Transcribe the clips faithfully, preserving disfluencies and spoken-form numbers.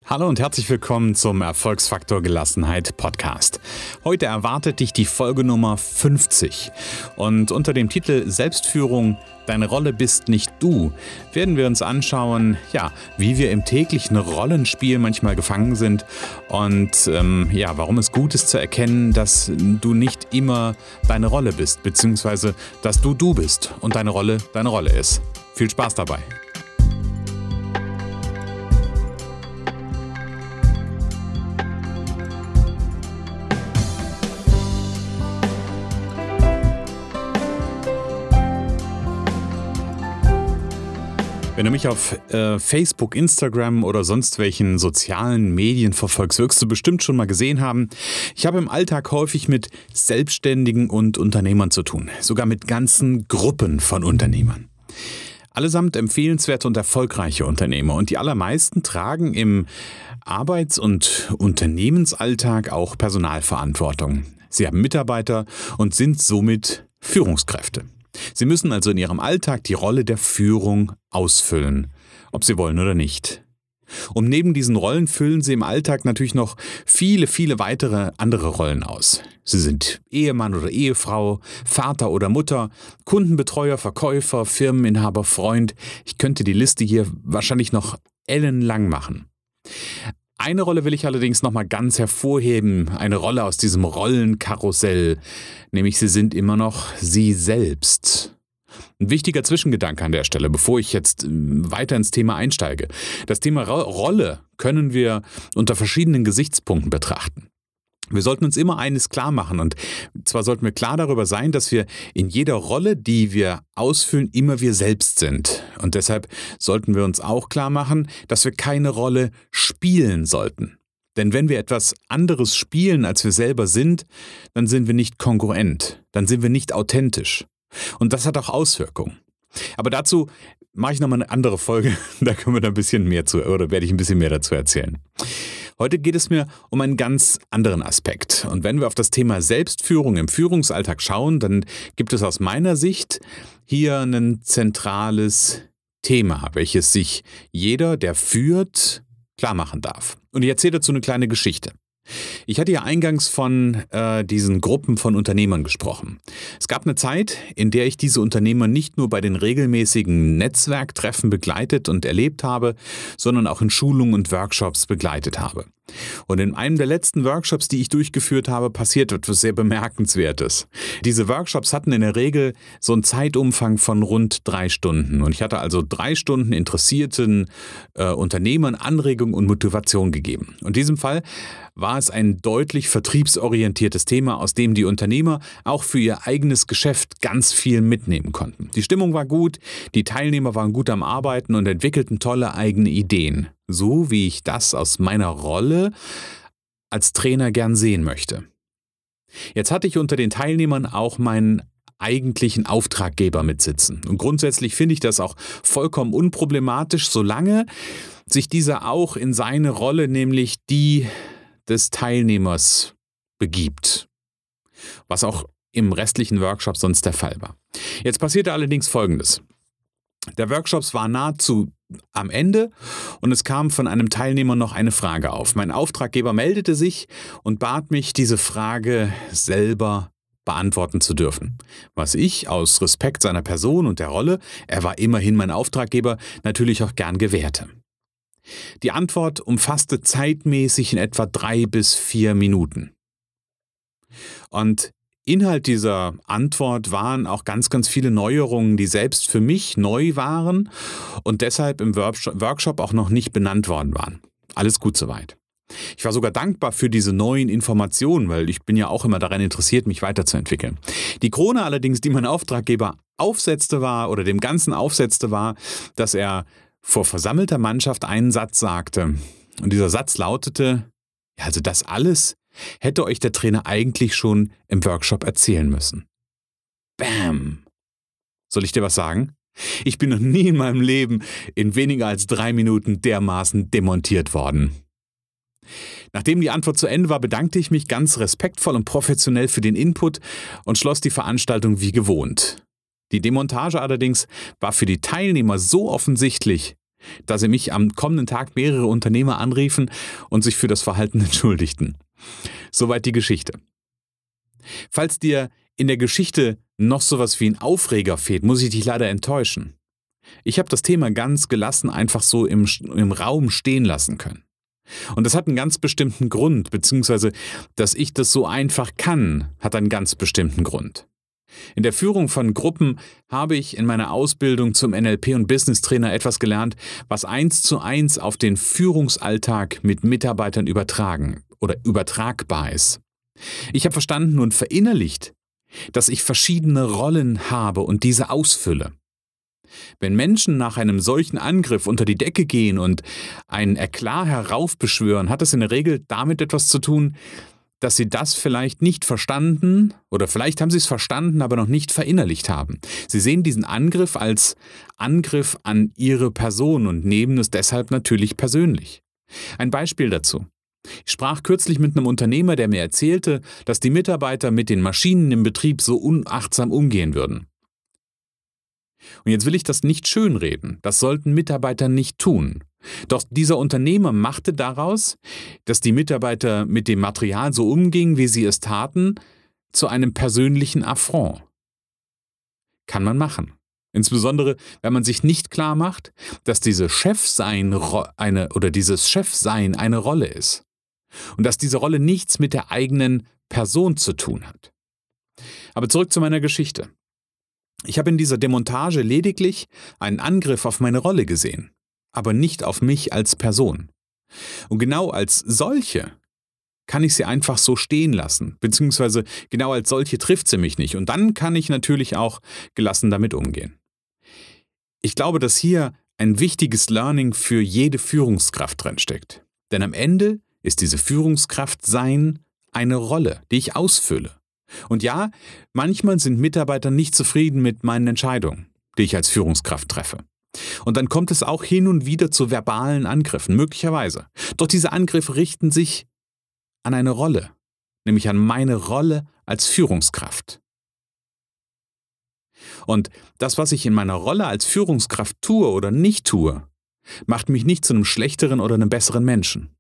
Hallo und herzlich willkommen zum Erfolgsfaktor Gelassenheit Podcast. Heute erwartet dich die Folge Nummer fünfzig und unter dem Titel Selbstführung, deine Rolle bist nicht du, werden wir uns anschauen, ja, wie wir im täglichen Rollenspiel manchmal gefangen sind und ähm, ja, warum es gut ist zu erkennen, dass du nicht immer deine Rolle bist, beziehungsweise dass du du bist und deine Rolle deine Rolle ist. Viel Spaß dabei! Wenn du mich auf äh, Facebook, Instagram oder sonst welchen sozialen Medien verfolgst, wirst du bestimmt schon mal gesehen haben, ich habe im Alltag häufig mit Selbstständigen und Unternehmern zu tun, sogar mit ganzen Gruppen von Unternehmern. Allesamt empfehlenswerte und erfolgreiche Unternehmer und die allermeisten tragen im Arbeits- und Unternehmensalltag auch Personalverantwortung. Sie haben Mitarbeiter und sind somit Führungskräfte. Sie müssen also in ihrem Alltag die Rolle der Führung ausfüllen, ob sie wollen oder nicht. Und neben diesen Rollen füllen sie im Alltag natürlich noch viele, viele weitere andere Rollen aus. Sie sind Ehemann oder Ehefrau, Vater oder Mutter, Kundenbetreuer, Verkäufer, Firmeninhaber, Freund. Ich könnte die Liste hier wahrscheinlich noch ellenlang machen. Eine Rolle will ich allerdings nochmal ganz hervorheben, eine Rolle aus diesem Rollenkarussell, nämlich sie sind immer noch sie selbst. Ein wichtiger Zwischengedanke an der Stelle, bevor ich jetzt weiter ins Thema einsteige. Das Thema Rolle können wir unter verschiedenen Gesichtspunkten betrachten. Wir sollten uns immer eines klar machen und zwar sollten wir klar darüber sein, dass wir in jeder Rolle, die wir ausfüllen, immer wir selbst sind. Und deshalb sollten wir uns auch klar machen, dass wir keine Rolle spielen sollten. Denn wenn wir etwas anderes spielen, als wir selber sind, dann sind wir nicht kongruent, dann sind wir nicht authentisch. Und das hat auch Auswirkungen. Aber dazu mache ich nochmal eine andere Folge, da können wir da ein bisschen mehr zu, oder werde ich ein bisschen mehr dazu erzählen. Heute geht es mir um einen ganz anderen Aspekt. Und wenn wir auf das Thema Selbstführung im Führungsalltag schauen, dann gibt es aus meiner Sicht hier ein zentrales Thema, welches sich jeder, der führt, klar machen darf. Und ich erzähle dazu eine kleine Geschichte. Ich hatte ja eingangs von äh, diesen Gruppen von Unternehmern gesprochen. Es gab eine Zeit, in der ich diese Unternehmer nicht nur bei den regelmäßigen Netzwerktreffen begleitet und erlebt habe, sondern auch in Schulungen und Workshops begleitet habe. Und in einem der letzten Workshops, die ich durchgeführt habe, passiert etwas sehr Bemerkenswertes. Diese Workshops hatten in der Regel so einen Zeitumfang von rund drei Stunden. Und ich hatte also drei Stunden interessierten äh, Unternehmern Anregung und Motivation gegeben. Und in diesem Fall war es ein deutlich vertriebsorientiertes Thema, aus dem die Unternehmer auch für ihr eigenes Geschäft ganz viel mitnehmen konnten. Die Stimmung war gut, die Teilnehmer waren gut am Arbeiten und entwickelten tolle eigene Ideen. So wie ich das aus meiner Rolle als Trainer gern sehen möchte. Jetzt hatte ich unter den Teilnehmern auch meinen eigentlichen Auftraggeber mitsitzen. Und grundsätzlich finde ich das auch vollkommen unproblematisch, solange sich dieser auch in seine Rolle, nämlich die des Teilnehmers, begibt. Was auch im restlichen Workshop sonst der Fall war. Jetzt passierte allerdings Folgendes. Der Workshop war nahezu am Ende und es kam von einem Teilnehmer noch eine Frage auf. Mein Auftraggeber meldete sich und bat mich, diese Frage selber beantworten zu dürfen. Was ich aus Respekt seiner Person und der Rolle, er war immerhin mein Auftraggeber, natürlich auch gern gewährte. Die Antwort umfasste zeitmäßig in etwa drei bis vier Minuten. Und Inhalt dieser Antwort waren auch ganz, ganz viele Neuerungen, die selbst für mich neu waren und deshalb im Workshop auch noch nicht benannt worden waren. Alles gut soweit. Ich war sogar dankbar für diese neuen Informationen, weil ich bin ja auch immer daran interessiert, mich weiterzuentwickeln. Die Krone allerdings, die mein Auftraggeber aufsetzte war oder dem Ganzen aufsetzte, war, dass er vor versammelter Mannschaft einen Satz sagte. Und dieser Satz lautete, ja, also das alles hätte euch der Trainer eigentlich schon im Workshop erzählen müssen. Bam! Soll ich dir was sagen? Ich bin noch nie in meinem Leben in weniger als drei Minuten dermaßen demontiert worden. Nachdem die Antwort zu Ende war, bedankte ich mich ganz respektvoll und professionell für den Input und schloss die Veranstaltung wie gewohnt. Die Demontage allerdings war für die Teilnehmer so offensichtlich, da sie mich am kommenden Tag mehrere Unternehmer anriefen und sich für das Verhalten entschuldigten. Soweit die Geschichte. Falls dir in der Geschichte noch sowas wie ein Aufreger fehlt, muss ich dich leider enttäuschen. Ich habe das Thema ganz gelassen einfach so im, im Raum stehen lassen können. Und das hat einen ganz bestimmten Grund, beziehungsweise, dass ich das so einfach kann, hat einen ganz bestimmten Grund. In der Führung von Gruppen habe ich in meiner Ausbildung zum N L P und Business Trainer etwas gelernt, was eins zu eins auf den Führungsalltag mit Mitarbeitern übertragen oder übertragbar ist. Ich habe verstanden und verinnerlicht, dass ich verschiedene Rollen habe und diese ausfülle. Wenn Menschen nach einem solchen Angriff unter die Decke gehen und einen Eklat heraufbeschwören, hat es in der Regel damit etwas zu tun, dass sie das vielleicht nicht verstanden oder vielleicht haben sie es verstanden, aber noch nicht verinnerlicht haben. Sie sehen diesen Angriff als Angriff an ihre Person und nehmen es deshalb natürlich persönlich. Ein Beispiel dazu. Ich sprach kürzlich mit einem Unternehmer, der mir erzählte, dass die Mitarbeiter mit den Maschinen im Betrieb so unachtsam umgehen würden. Und jetzt will ich das nicht schönreden, das sollten Mitarbeiter nicht tun. Doch dieser Unternehmer machte daraus, dass die Mitarbeiter mit dem Material so umgingen, wie sie es taten, zu einem persönlichen Affront. Kann man machen. Insbesondere, wenn man sich nicht klar macht, dass diese Chefsein eine oder dieses Chefsein eine Rolle ist. Und dass diese Rolle nichts mit der eigenen Person zu tun hat. Aber zurück zu meiner Geschichte. Ich habe in dieser Demontage lediglich einen Angriff auf meine Rolle gesehen, aber nicht auf mich als Person. Und genau als solche kann ich sie einfach so stehen lassen, beziehungsweise genau als solche trifft sie mich nicht. Und dann kann ich natürlich auch gelassen damit umgehen. Ich glaube, dass hier ein wichtiges Learning für jede Führungskraft drinsteckt. Denn am Ende ist diese Führungskraft sein eine Rolle, die ich ausfülle. Und ja, manchmal sind Mitarbeiter nicht zufrieden mit meinen Entscheidungen, die ich als Führungskraft treffe. Und dann kommt es auch hin und wieder zu verbalen Angriffen, möglicherweise. Doch diese Angriffe richten sich an eine Rolle, nämlich an meine Rolle als Führungskraft. Und das, was ich in meiner Rolle als Führungskraft tue oder nicht tue, macht mich nicht zu einem schlechteren oder einem besseren Menschen.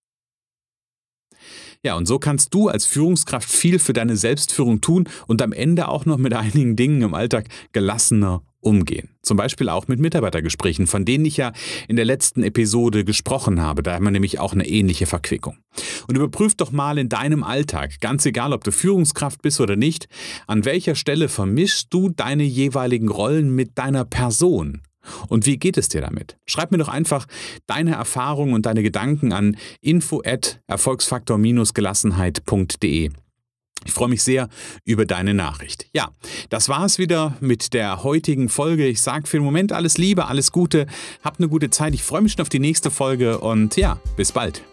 Ja, und so kannst du als Führungskraft viel für deine Selbstführung tun und am Ende auch noch mit einigen Dingen im Alltag gelassener umgehen. Zum Beispiel auch mit Mitarbeitergesprächen, von denen ich ja in der letzten Episode gesprochen habe. Da haben wir nämlich auch eine ähnliche Verquickung. Und überprüf doch mal in deinem Alltag, ganz egal, ob du Führungskraft bist oder nicht, an welcher Stelle vermischst du deine jeweiligen Rollen mit deiner Person? Und wie geht es dir damit? Schreib mir doch einfach deine Erfahrungen und deine Gedanken an info at erfolgsfaktor gelassenheit punkt de. Ich freue mich sehr über deine Nachricht. Ja, das war es wieder mit der heutigen Folge. Ich sage für den Moment alles Liebe, alles Gute. Habt eine gute Zeit. Ich freue mich schon auf die nächste Folge und ja, bis bald.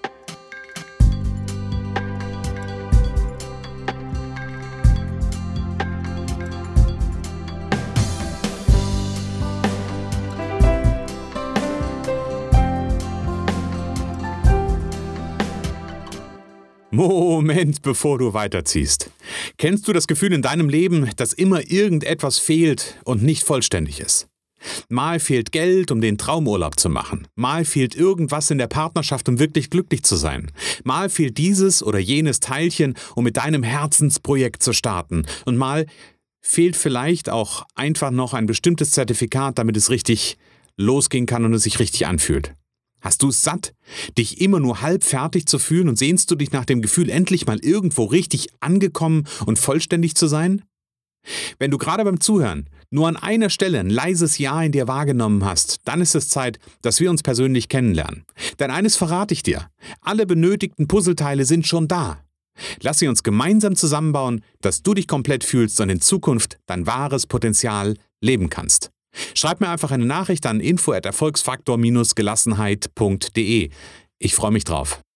Moment, bevor du weiterziehst. Kennst du das Gefühl in deinem Leben, dass immer irgendetwas fehlt und nicht vollständig ist? Mal fehlt Geld, um den Traumurlaub zu machen. Mal fehlt irgendwas in der Partnerschaft, um wirklich glücklich zu sein. Mal fehlt dieses oder jenes Teilchen, um mit deinem Herzensprojekt zu starten. Und mal fehlt vielleicht auch einfach noch ein bestimmtes Zertifikat, damit es richtig losgehen kann und es sich richtig anfühlt. Hast du es satt, dich immer nur halb fertig zu fühlen und sehnst du dich nach dem Gefühl, endlich mal irgendwo richtig angekommen und vollständig zu sein? Wenn du gerade beim Zuhören nur an einer Stelle ein leises Ja in dir wahrgenommen hast, dann ist es Zeit, dass wir uns persönlich kennenlernen. Denn eines verrate ich dir, alle benötigten Puzzleteile sind schon da. Lass sie uns gemeinsam zusammenbauen, dass du dich komplett fühlst und in Zukunft dein wahres Potenzial leben kannst. Schreib mir einfach eine Nachricht an info at erfolgsfaktor gelassenheit punkt de. Ich freue mich drauf.